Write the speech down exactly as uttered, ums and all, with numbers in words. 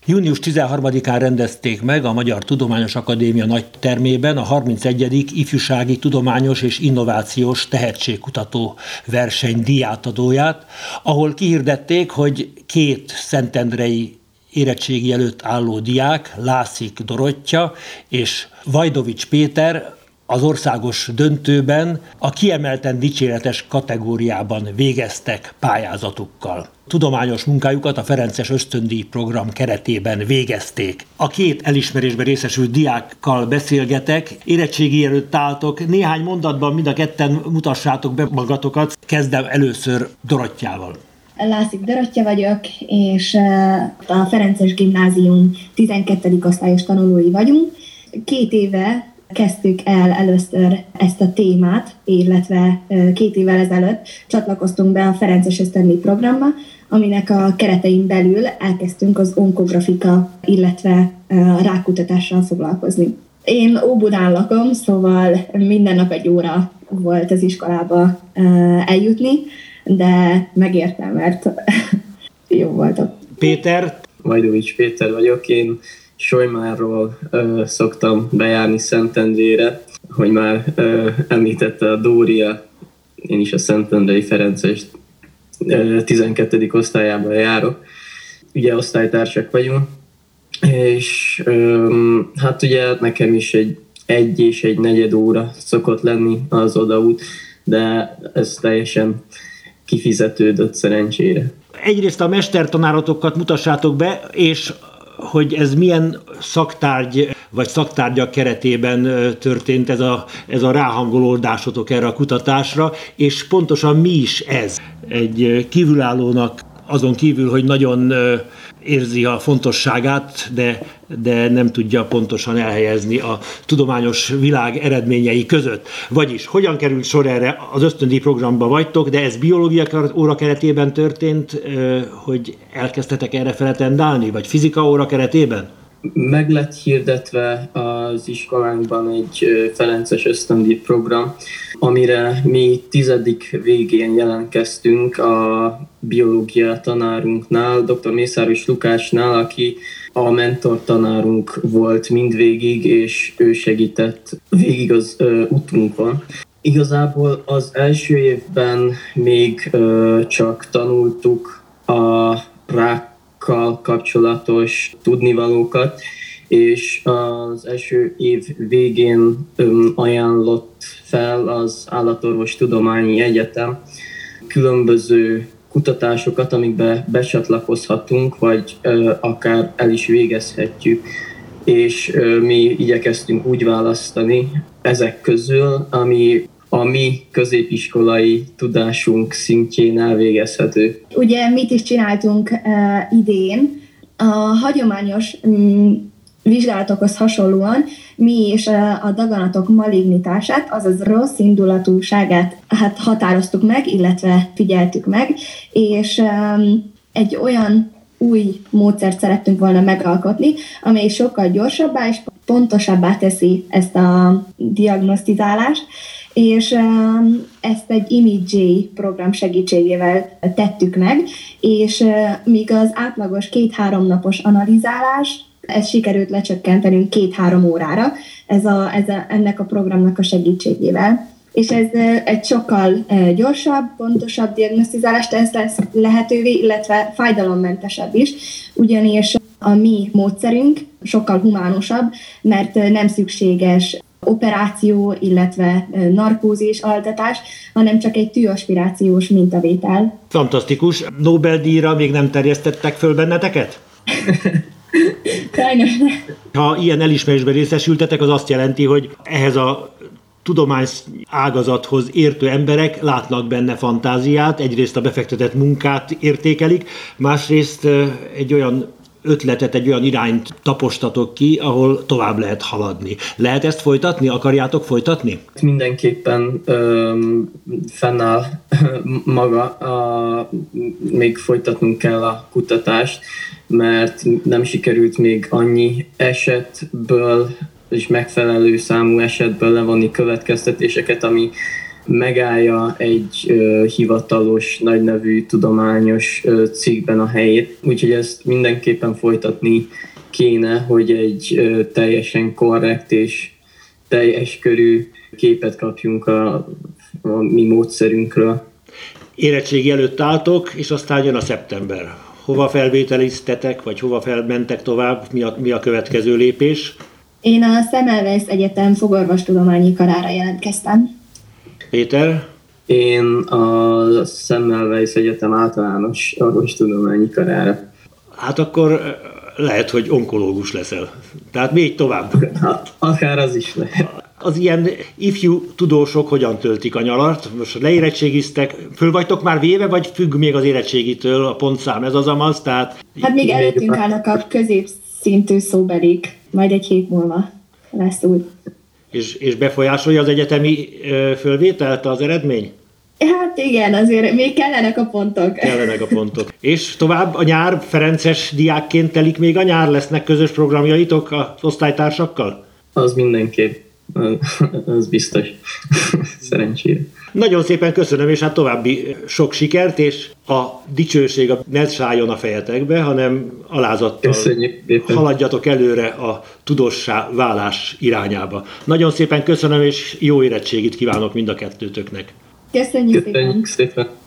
június tizenharmadikán rendezték meg a Magyar Tudományos Akadémia nagytermében a harmincegyedik Ifjúsági Tudományos és Innovációs Tehetségkutató verseny díjátadóját, ahol kihirdették, hogy két szentendrei érettségi előtt álló diák, Lászik Dorottya és Vajdovics Péter az országos döntőben a kiemelten dicséretes kategóriában végeztek pályázatukkal. Tudományos munkájukat a Ferences ösztöndíj program keretében végezték. A két elismerésben részesült diákkal beszélgetek, érettségi előtt álltok, néhány mondatban mind a ketten mutassátok be magatokat, kezdem először Dorottyával. Lászik Dorottya vagyok, és a Ferences Gimnázium tizenkettedik osztályos tanulói vagyunk. Két éve kezdtük el először ezt a témát, illetve két évvel ezelőtt csatlakoztunk be a Ferences ösztöndíj programba, aminek a keretein belül elkezdtünk az onkografika, illetve rákkutatással foglalkozni. Én Óbudán lakom, szóval minden nap egy óra volt az iskolába eljutni, de megértem, mert jó volt. Péter? Vajdovics Péter vagyok, én Solymárról ö, szoktam bejárni Szentendrére, hogy már ö, említette a Dória, én is a Szentendrei Ferences ö, tizenkettedik osztályában járok. Ugye osztálytársak vagyunk, és ö, hát ugye nekem is egy egy és egy negyed óra szokott lenni az odaút, de ez teljesen kifizetődött szerencsére. Egyrészt a mestertanárotokat mutassátok be, és hogy ez milyen szaktárgy vagy szaktárgyak keretében történt ez a, ez a ráhangolódásotok erre a kutatásra, és pontosan mi is ez? Egy kívülállónak azon kívül, hogy nagyon érzi a fontosságát, de, de nem tudja pontosan elhelyezni a tudományos világ eredményei között. Vagyis, hogyan került sor erre? Az ösztöndíj programba vagytok, de ez biológia óra keretében történt, hogy elkezdtetek erre pretendálni, vagy fizika óra keretében? Meg lett hirdetve az iskolánkban egy ferences ösztöndíj program, amire mi tizedik végén jelentkeztünk a biológia tanárunknál, dr. Mészáros Lukácsnál, aki a mentor tanárunk volt mindvégig, és ő segített végig az ö, utunkon. Igazából az első évben még ö, csak tanultuk a rák kapcsolatos tudnivalókat, és az első év végén ajánlott fel az Állatorvostudományi Egyetem különböző kutatásokat, amikbe becsatlakozhatunk, vagy akár el is végezhetjük. És mi igyekeztünk úgy választani ezek közül, ami a mi középiskolai tudásunk szintjén elvégezhető. Ugye mit is csináltunk uh, idén? A hagyományos um, vizsgálatokhoz hasonlóan mi is uh, a daganatok malignitását, azaz rossz indulatúságát hát határoztuk meg, illetve figyeltük meg, és um, egy olyan új módszert szerettünk volna megalkotni, amely sokkal gyorsabbá és pontosabbá teszi ezt a diagnosztizálást, és um, ezt egy ImageJ program segítségével tettük meg, és uh, míg az átlagos két-három napos analizálás, ezt sikerült lecsökkentenünk két-három órára ez a, ez a, ennek a programnak a segítségével. És ez uh, egy sokkal uh, gyorsabb, pontosabb diagnosztizálást tesz lesz lehetővé, illetve fájdalommentesebb is, ugyanis a mi módszerünk sokkal humánusabb, mert uh, nem szükséges operáció, illetve narkózis, altatás, hanem csak egy tűaspirációs mintavétel. Fantasztikus. Nobel-díjra még nem terjesztettek föl benneteket? Sajnos nem. Ha ilyen elismerésben részesültetek, az azt jelenti, hogy ehhez a tudomány ágazathoz értő emberek látnak benne fantáziát, egyrészt a befektetett munkát értékelik, másrészt egy olyan ötletet, egy olyan irányt tapostatok ki, ahol tovább lehet haladni. Lehet ezt folytatni? Akarjátok folytatni? Mindenképpen öm, fennáll maga, a, még folytatnunk kell a kutatást, mert nem sikerült még annyi esetből és megfelelő számú esetből levonni következtetéseket, ami megállja egy ö, hivatalos, nagynevű tudományos ö, cikkben a helyét. Úgyhogy ezt mindenképpen folytatni kéne, hogy egy ö, teljesen korrekt és teljes körű képet kapjunk a, a mi módszerünkről. Érettségi előtt álltok, és aztán jön a szeptember. Hova felvételiztetek, vagy hova felmentek tovább? Mi a, mi a következő lépés? Én a Semmelweis Egyetem fogorvostudományi karára jelentkeztem. Péter? Én a Semmelweis Egyetem általános orvostudományi karára. Hát akkor lehet, hogy onkológus leszel. Tehát még tovább. Hát, akár az is lehet. Az ilyen ifjú tudósok hogyan töltik a nyalart? Most leérettségiztek, föl vagytok már véve, vagy függ még az érettségitől a pontszám, ez az amaz? Tehát... Hát még előttünk állnak a középszintű szóbelik, majd egy hét múlva lesz úgy. És, és befolyásolja az egyetemi fölvételt az eredmény? Hát igen, azért még kellenek a pontok. Kellenek a pontok. És tovább a nyár, ferences diákként telik még a nyár, lesznek közös programjaitok az osztálytársakkal? Az mindenképp. Az biztos. Szerencsére. Nagyon szépen köszönöm, és hát további sok sikert, és a dicsőség ne szálljon a fejetekbe, hanem alázattal haladjatok előre a tudossá válás irányába. Nagyon szépen köszönöm, és jó érettségit kívánok mind a kettőtöknek. Köszönjük, Köszönjük szépen! szépen.